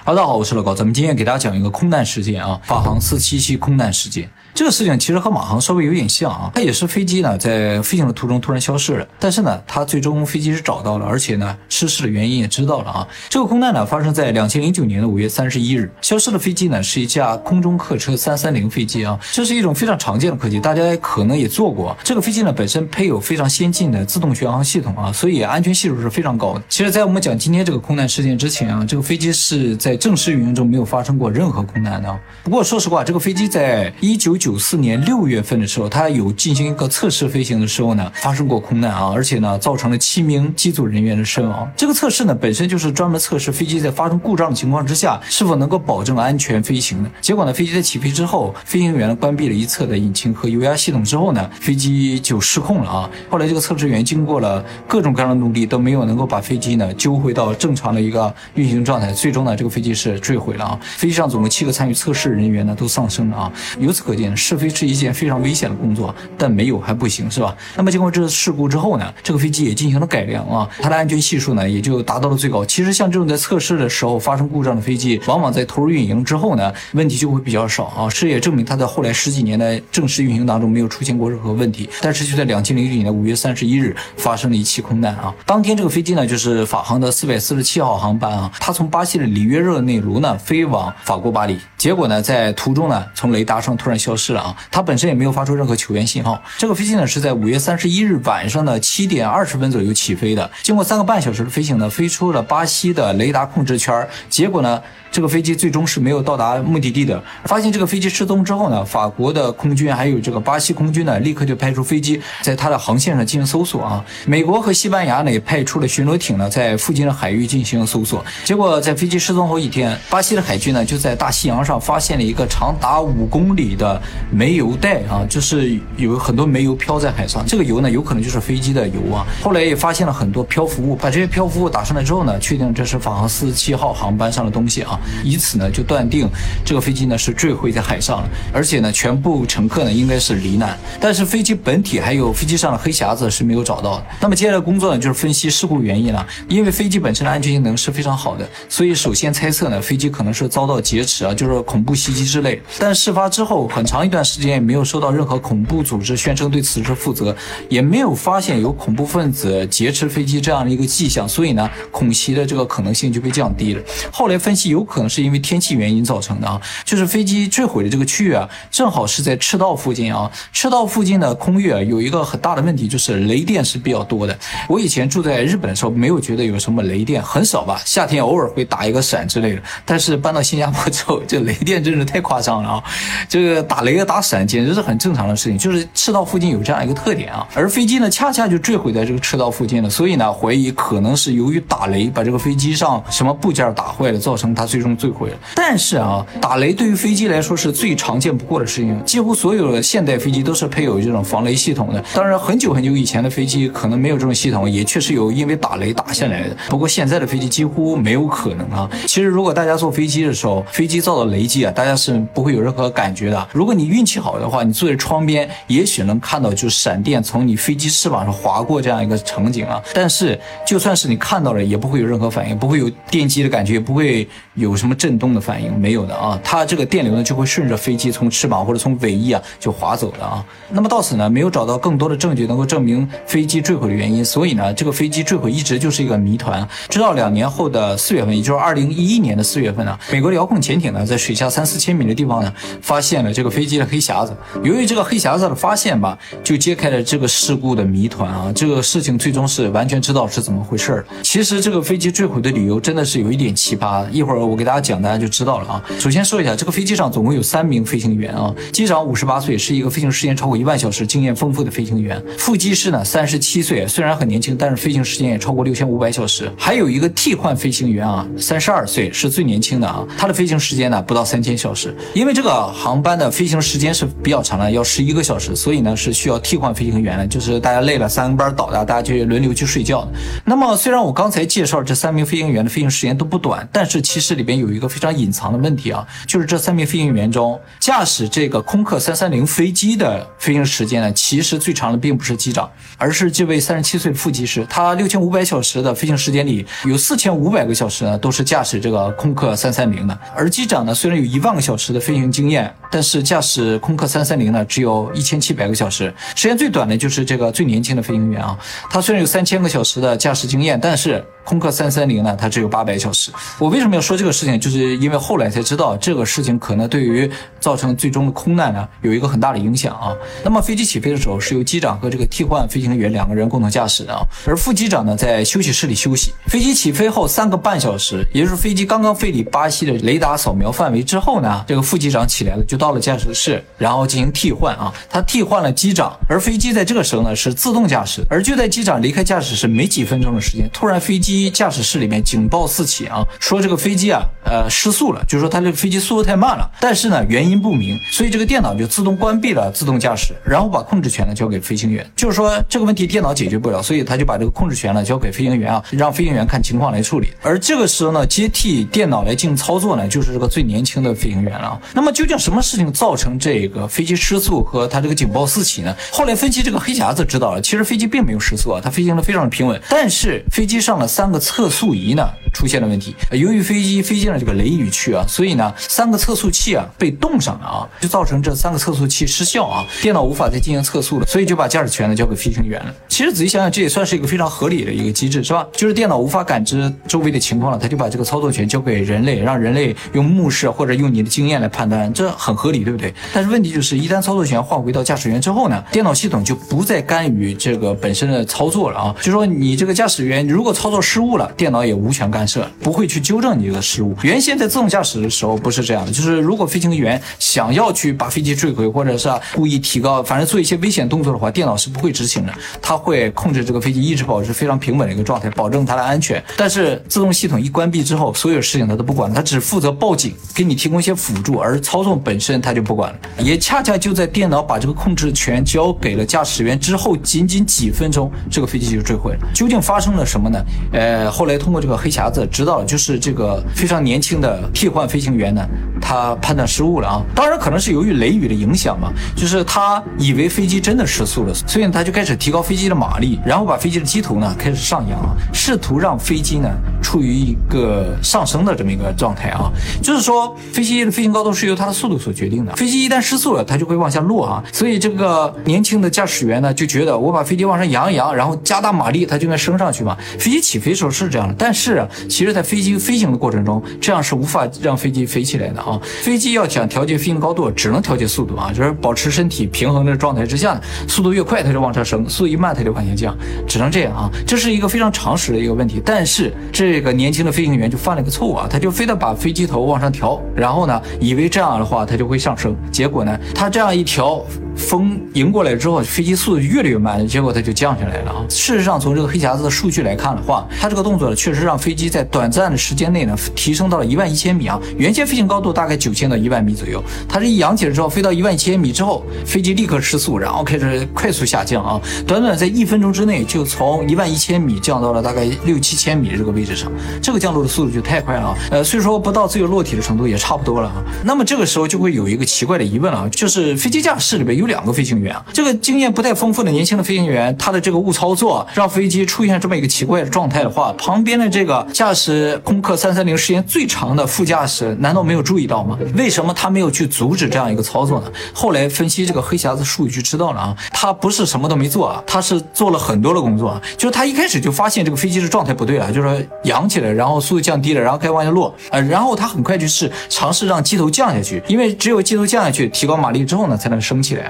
大家好，我是老高，咱们今天给大家讲一个空难事件啊，法航477空难事件。这个事情其实和马航稍微有点像啊，它也是飞机呢在飞行的途中突然消失了，但是呢，它最终飞机是找到了，而且呢，失事的原因也知道了啊。这个空难呢发生在2009年的5月31日，消失的飞机呢是一架空中客车330飞机啊，这是一种非常常见的客机，大家可能也坐过。这个飞机呢本身配有非常先进的自动巡航系统啊，所以安全系数是非常高的。其实，在我们讲今天这个空难事件之前啊，这个飞机是在正式运营中没有发生过任何空难的。不过说实话，这个飞机在1994年6月份的时候，它有进行一个测试飞行的时候呢，发生过空难啊，而且呢，造成了7名机组人员的身亡。这个测试呢，本身就是专门测试飞机在发生故障的情况之下，是否能够保证安全飞行的。结果呢，飞机在起飞之后，飞行员关闭了一侧的引擎和油压系统之后呢，飞机就失控了啊。后来这个测试员经过了各种各样的努力，都没有能够把飞机呢揪回到正常的一个运行状态。最终呢，这个飞机是坠毁了啊。飞机上总共7个参与测试人员呢都丧生了啊。由此可见，试飞是一件非常危险的工作，但没有还不行，是吧？那么经过这次事故之后呢，这个飞机也进行了改良啊，它的安全系数呢也就达到了最高。其实像这种在测试的时候发生故障的飞机，往往在投入运营之后呢，问题就会比较少啊。这也证明它在后来10几年的正式运行当中没有出现过任何问题。但是就在2009年的5月31日发生了一起空难啊。当天这个飞机呢就是法航的447号航班啊，它从巴西的里约热内卢呢飞往法国巴黎，结果呢在途中呢从雷达上突然消失了啊，它本身也没有发出任何求援信号。这个飞机呢是在5月31日晚上的7点20分左右起飞的，经过3个半小时的飞行呢，飞出了巴西的雷达控制圈，结果呢这个飞机最终是没有到达目的地的。发现这个飞机失踪之后呢，法国的空军还有这个巴西空军呢，立刻就派出飞机在它的航线上进行搜索啊。美国和西班牙呢也派出了巡逻艇呢，在附近的海域进行搜索。结果在飞机失踪后一天，巴西的海军呢就在大西洋上发现了一个长达5公里的煤油带啊，就是有很多煤油飘在海上。这个油呢有可能就是飞机的油啊。后来也发现了很多漂浮物，把这些漂浮物打上来之后呢，确定这是法航477号航班上的东西啊。以此呢就断定这个飞机呢是坠毁在海上了，而且呢全部乘客呢应该是罹难，但是飞机本体还有飞机上的黑匣子是没有找到的。那么接下来工作呢就是分析事故原因了。因为飞机本身的安全性能是非常好的，所以首先猜测呢飞机可能是遭到劫持啊，就是恐怖袭击之类的。但事发之后很长一段时间也没有收到任何恐怖组织宣称对此事负责，也没有发现有恐怖分子劫持飞机这样的一个迹象，所以呢恐袭的这个可能性就被降低了。后来分析有可能是因为天气原因造成的啊，就是飞机坠毁的这个区域啊，正好是在赤道附近啊。赤道附近的空域啊，有一个很大的问题，就是雷电是比较多的。我以前住在日本的时候，没有觉得有什么雷电，很少吧，夏天偶尔会打一个闪之类的。但是搬到新加坡之后，这雷电真是太夸张了啊！这个打雷打闪简直是很正常的事情，就是赤道附近有这样一个特点啊。而飞机呢，恰恰就坠毁在这个赤道附近了，所以呢，怀疑可能是由于打雷把这个飞机上什么部件打坏了，造成它最终坠毁了。但是啊，打雷对于飞机来说是最常见不过的事情，几乎所有的现代飞机都是配有这种防雷系统的。当然，很久以前的飞机可能没有这种系统，也确实有因为打雷打下来的。不过现在的飞机几乎没有可能啊。其实如果大家坐飞机的时候，飞机遭到雷击啊，大家是不会有任何感觉的。如果你运气好的话，你坐在窗边，也许能看到就闪电从你飞机翅膀上划过这样一个场景啊。但是就算是你看到了，也不会有任何反应，不会有电击的感觉，也不会有什么震动的反应，没有的啊。它这个电流呢就会顺着飞机从翅膀或者从尾翼啊就划走了啊。那么到此呢，没有找到更多的证据能够证明飞机坠毁的原因，所以呢，这个飞机坠毁一直就是一个谜团。直到2年后的4月份，也就是2011年的4月份呢，美国的遥控潜艇呢在水下3、4千米的地方呢发现了这个飞机的黑匣子。由于这个黑匣子的发现吧，就揭开了这个事故的谜团啊。这个事情最终是完全知道是怎么回事。其实这个飞机坠毁的理由真的是有一点奇葩，一会儿我给大家讲，大家就知道了啊。首先说一下，这个飞机上总共有3名飞行员啊，机长58岁，是一个飞行时间超过1万小时、经验丰富的飞行员。副机师呢37岁，虽然很年轻，但是飞行时间也超过6500小时。还有一个替换飞行员啊，32岁，是最年轻的啊，他的飞行时间呢不到3000小时。因为这个航班的飞行行时间是比较长的，要11个小时，所以呢是需要替换飞行员的，就是大家累了3个班倒的，大家就轮流去睡觉的。那么虽然我刚才介绍这3名飞行员的飞行时间都不短，但是其实里边有一个非常隐藏的问题啊，就是这3名飞行员中，驾驶这个空客330飞机的飞行时间呢，其实最长的并不是机长，而是这位37岁的副机师。他6500小时的飞行时间里，有4500个小时呢都是驾驶这个空客330的。而机长呢，虽然有1万个小时的飞行经验，但是驾驶空客330呢只有1700个小时。时间最短的就是这个最年轻的飞行员啊，他虽然有3000个小时的驾驶经验，但是空客330呢，它只有800小时。我为什么要说这个事情，就是因为后来才知道这个事情可能对于造成最终的空难呢有一个很大的影响啊。那么飞机起飞的时候是由机长和这个替换飞行员2个人共同驾驶的啊，而副机长呢在休息室里休息。飞机起飞后3个半小时，也就是飞机刚刚飞离巴西的雷达扫描范围之后呢，这个副机长起来了，就到了驾驶室，然后进行替换啊。他替换了机长，而飞机在这个时候呢是自动驾驶。而就在机长离开驾驶室没几分钟的时间，突然飞机驾驶室里面警报四起啊，说这个飞机失速了，就是说它这个飞机速度太慢了，但是呢原因不明，所以这个电脑就自动关闭了自动驾驶，然后把控制权呢交给飞行员。就是说这个问题电脑解决不了，所以他就把这个控制权呢交给飞行员啊，让飞行员看情况来处理。而这个时候呢，接替电脑来进行操作呢，就是这个最年轻的飞行员了。那么究竟什么事情造成这个飞机失速和它这个警报四起呢？后来分析这个黑匣子知道了，其实飞机并没有失速啊，它飞行的非常的平稳，但是飞机上的3个测速仪呢出现了问题。由于飞机飞进了这个雷雨区啊，所以呢3个测速器啊被冻上了啊，就造成这3个测速器失效啊，电脑无法再进行测速了，所以就把驾驶权呢交给飞行员了。其实仔细想想，这也算是一个非常合理的一个机制，是吧？就是电脑无法感知周围的情况了，他就把这个操作权交给人类，让人类用目视或者用你的经验来判断，这很合理，对不对？但是问题就是，一旦操作权换回到驾驶员之后呢，电脑系统就不再干预这个本身的操作了啊。就说你这个驾驶员如果操作失误了，电脑也无权干涉，不会去纠正你这个失误。原先在自动驾驶的时候不是这样的，就是如果飞行员想要去把飞机坠毁，或者是故意提高，反正做一些危险动作的话，电脑是不会执行的，它会控制这个飞机一直保持非常平稳的一个状态，保证它的安全。但是自动系统一关闭之后，所有事情它都不管了，它只负责报警，给你提供一些辅助，而操纵本身它就不管了。也恰恰就在电脑把这个控制权交给了驾驶员之后，仅仅几分钟，这个飞机就坠毁了。究竟发生了什么呢？后来通过这个黑匣子知道了，就是这个非常年轻的替换飞行员呢，他判断失误了啊。当然可能是由于雷雨的影响嘛，就是他以为飞机真的失速了，所以他就开始提高飞机的马力，然后把飞机的机头呢开始上扬，试图让飞机呢处于一个上升的这么一个状态啊。就是说飞机的飞行高度是由它的速度所决定的，飞机一旦失速了，它就会往下落啊。所以这个年轻的驾驶员呢就觉得，我把飞机往上扬一扬，然后加大马力，它就应该升上去嘛。飞机起飞的时候是这样的，但是其实在飞机飞行的过程中，这样是无法让飞机飞起来的啊。飞机要想调节飞行高度，只能调节速度啊，就是保持身体平衡的状态之下，速度越快它就往上升，速度一慢它就往下降，只能这样啊。这是一个非常常识的一个问题。但是这个年轻的飞行员就犯了一个错误啊，他就非得把飞机头往上调，然后呢以为这样的话它就会上升，结果呢他这样一调，风迎过来之后，飞机速度越来越慢，结果它就降下来了啊。事实上从这个黑匣子的数据来看的话，它这个动作呢确实让飞机在短暂的时间内呢提升到了11000米啊，原先飞行高度大概9000到10000米左右，它这一扬起来之后，飞到11000米之后，飞机立刻失速，然后开始快速下降啊，短短在1分钟之内就从11000米降到了大概6-7千米这个位置上，这个降落的速度就太快了啊。虽说不到自由落体的程度，也差不多了啊。那么这个时候就会有一个奇怪的疑问啊，就是飞机驾驶里边有2个飞行员啊，这个经验不太丰富的年轻的飞行员，他的这个误操作让飞机出现这么一个奇怪的状态的话，旁边的这个驾驶空客330时间最长的副驾驶难道没有注意到吗？为什么他没有去阻止这样一个操作呢？后来分析这个黑匣子数据知道了啊，他不是什么都没做啊，他是做了很多的工作啊，就是他一开始就发现这个飞机的状态不对了，就是说扬起来，然后速度降低了，然后该往下落，然后他很快就是尝试让机头降下去，因为只有机头降下去，提高马力之后呢，才能升起来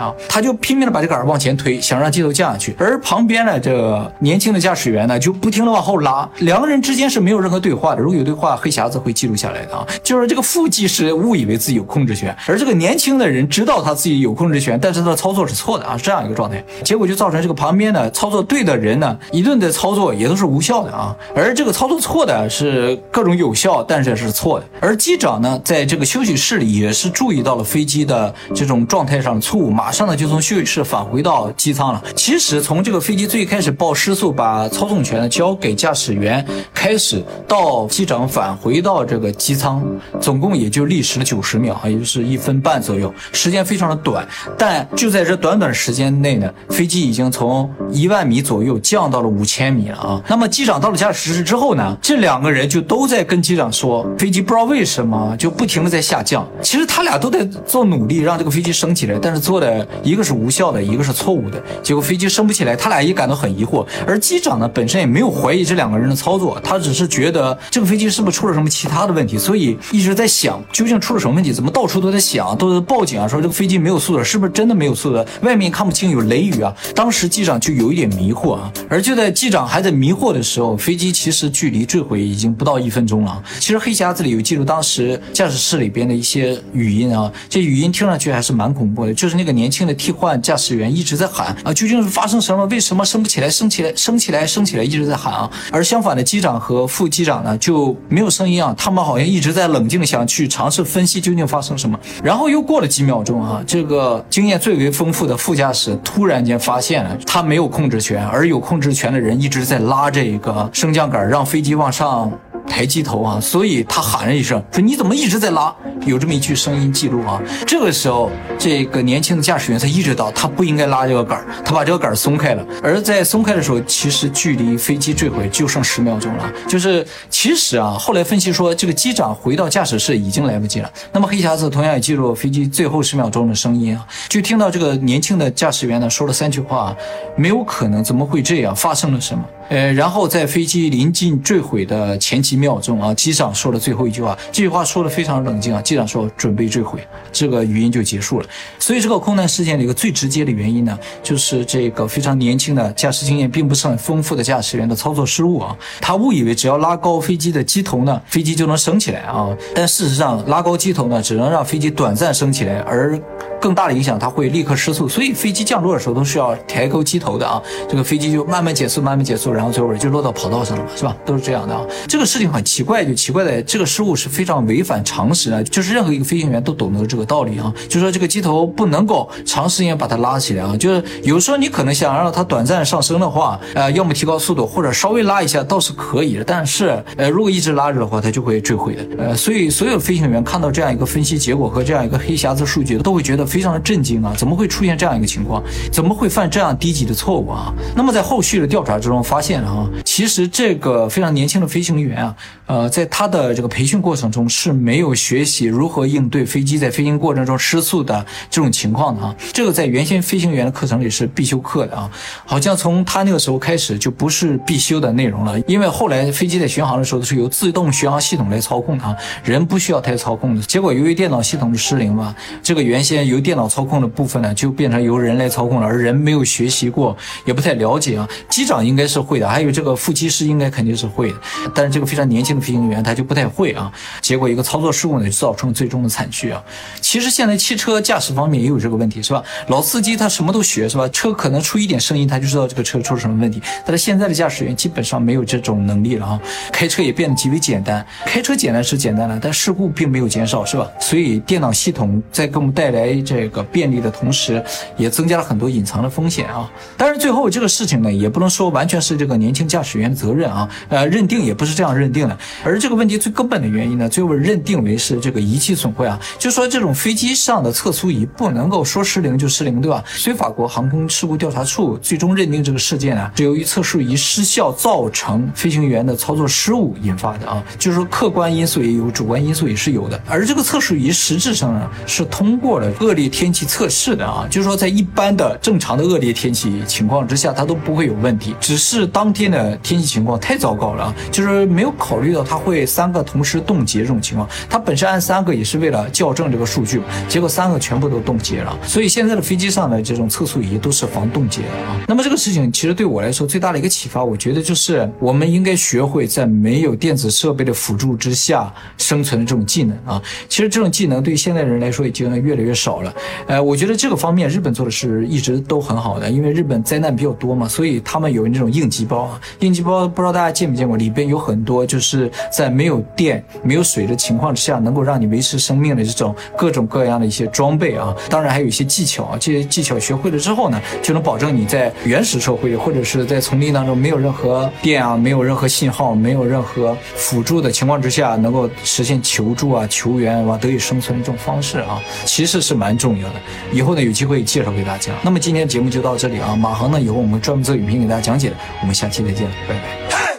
啊，他就拼命的把这个杆往前推，想让机头降下去，而旁边呢，这个年轻的驾驶员呢就不停的往后拉，两个人之间是没有任何对话的，如果有对话，黑匣子会记录下来的啊。就是这个副技师误以为自己有控制权，而这个年轻的人知道他自己有控制权，但是他的操作是错的啊，是这样一个状态，结果就造成这个旁边呢操作对的人呢一顿的操作也都是无效的啊，而这个操作错的是各种有效，但是是错的。而机长呢在这个休息室里也是注意到了飞机的这种状态上的错误，马上呢就从休息室返回到机舱了。其实从这个飞机最开始报失速把操纵权呢交给驾驶员开始，到机长返回到这个机舱，总共也就历时了90秒，也就是1分半左右，时间非常的短。但就在这短短的时间内呢，飞机已经从1万米左右降到了5000米了啊。那么机长到了驾驶室之后呢，这两个人就都在跟机长说，飞机不知道为什么就不停的在下降。其实他俩都在做努力让这个飞机升起来，但是做的一个是无效的，一个是错误的，结果飞机升不起来，他俩也感到很疑惑。而机长呢本身也没有怀疑这两个人的操作，他只是觉得这个飞机是不是出了什么其他的问题，所以一直在想究竟出了什么问题，怎么到处都在想，都在报警啊，说这个飞机没有速度，是不是真的没有速度，外面看不清有雷雨啊。当时机长就有一点迷惑啊，而就在机长还在迷惑的时候，飞机其实距离坠毁已经不到1分钟了。其实黑匣子里有记录当时驾驶室里边的一些语音啊，这语音听上去还是蛮恐怖的，就是那个年轻的替换驾驶员一直在喊啊，究竟是发生什么，为什么升不起来，升起来，升起来，升起来，一直在喊啊。而相反的机长和副机长呢就没有声音啊，他们好像一直在冷静的想去尝试分析究竟发生什么。然后又过了几秒钟啊，这个经验最为丰富的副驾驶突然间发现了他没有控制权，而有控制权的人一直在拉这个升降杆让飞机往上抬机头啊，所以他喊了一声说你怎么一直在拉，有这么一句声音记录啊。这个时候这个年轻的驾驶员才意识到他不应该拉这个杆，他把这个杆松开了。而在松开的时候，其实距离飞机坠毁就剩10秒钟了，就是其实啊后来分析说这个机长回到驾驶室已经来不及了。那么黑匣子同样也记录飞机最后10秒钟的声音啊，就听到这个年轻的驾驶员呢说了3句话，没有可能，怎么会这样，发生了什么。然后在飞机临近坠毁的前几秒钟啊，机长说了最后一句话，这句话说的非常冷静啊，机长说准备坠毁，这个语音就结束了。所以这个空难事件的一个最直接的原因呢，就是这个非常年轻的驾驶经验并不是很丰富的驾驶员的操作失误啊，他误以为只要拉高飞机的机头呢，飞机就能升起来啊，但事实上拉高机头呢，只能让飞机短暂升起来，而更大的影响它会立刻失速，所以飞机降落的时候都是要抬高机头的啊，这个飞机就慢慢减速，慢慢减速，然后最后就落到跑道上了嘛，是吧？都是这样的啊。这个事情很奇怪，就奇怪在这个失误是非常违反常识的，就是任何一个飞行员都懂得这个道理啊，就是说这个机头不能够长时间把它拉起来啊，就是有时候你可能想让它短暂上升的话，要么提高速度，或者稍微拉一下倒是可以的，但是如果一直拉着的话，它就会坠毁的。所以所有飞行员看到这样一个分析结果和这样一个黑匣子数据，都会觉得非常的震惊啊！怎么会出现这样一个情况？怎么会犯这样低级的错误啊？那么在后续的调查之中发现了啊，其实这个非常年轻的飞行员啊，在他的这个培训过程中是没有学习如何应对飞机在飞行过程中失速的这种情况的啊。这个在原先飞行员的课程里是必修课的啊，好像从他那个时候开始就不是必修的内容了，因为后来飞机在巡航的时候是由自动巡航系统来操控的啊，人不需要太操控的。结果由于电脑系统的失灵嘛，这个原先由电脑操控的部分呢，就变成由人来操控了，而人没有学习过，也不太了解啊。机长应该是会的，还有这个副机师应该肯定是会的，但是这个非常年轻的飞行员他就不太会啊。结果一个操作失误呢，就造成最终的惨剧啊。其实现在汽车驾驶方面也有这个问题，是吧？老司机他什么都学，是吧？车可能出一点声音，他就知道这个车出了什么问题。但是现在的驾驶员基本上没有这种能力了啊。开车也变得极为简单，开车简单是简单了，但事故并没有减少，是吧？所以电脑系统在给我们带来这个便利的同时，也增加了很多隐藏的风险啊。当然最后这个事情呢，也不能说完全是这个年轻驾驶员的责任啊，认定也不是这样认定的。而这个问题最根本的原因呢，最后认定为是这个仪器损坏啊，就说这种飞机上的测速仪不能够说失灵就失灵，对吧？所以法国航空事故调查处最终认定这个事件呢，是由于测速仪失效造成飞行员的操作失误引发的啊，就是说客观因素也有，主观因素也是有的。而这个测速仪实质上呢，是通过了恶劣天气测试的啊，就是说在一般的正常的恶劣天气情况之下，它都不会有问题，只是当天的天气情况太糟糕了，就是没有考虑到它会3个同时冻结这种情况。它本身按3个也是为了校正这个数据，结果3个全部都冻结了。所以现在的飞机上的这种测速仪都是防冻结的啊。那么这个事情其实对我来说最大的一个启发，我觉得就是我们应该学会在没有电子设备的辅助之下生存的这种技能啊。其实这种技能对于现在人来说已经越来越少了。我觉得这个方面日本做的是一直都很好的，因为日本灾难比较多嘛，所以他们有那种应急包啊。应急包不知道大家见没见过，里边有很多就是在没有电、没有水的情况之下，能够让你维持生命的这种各种各样的一些装备啊。当然还有一些技巧啊，这些技巧学会了之后呢，就能保证你在原始社会或者是在丛林当中没有任何电啊、没有任何信号、没有任何辅助的情况之下，能够实现求助啊、求援啊、得以生存的这种方式啊，其实是蛮重要的。以后呢有机会介绍给大家。那么今天节目就到这里啊，马航呢以后我们专门做影片给大家讲解的，我们下期再见，拜拜。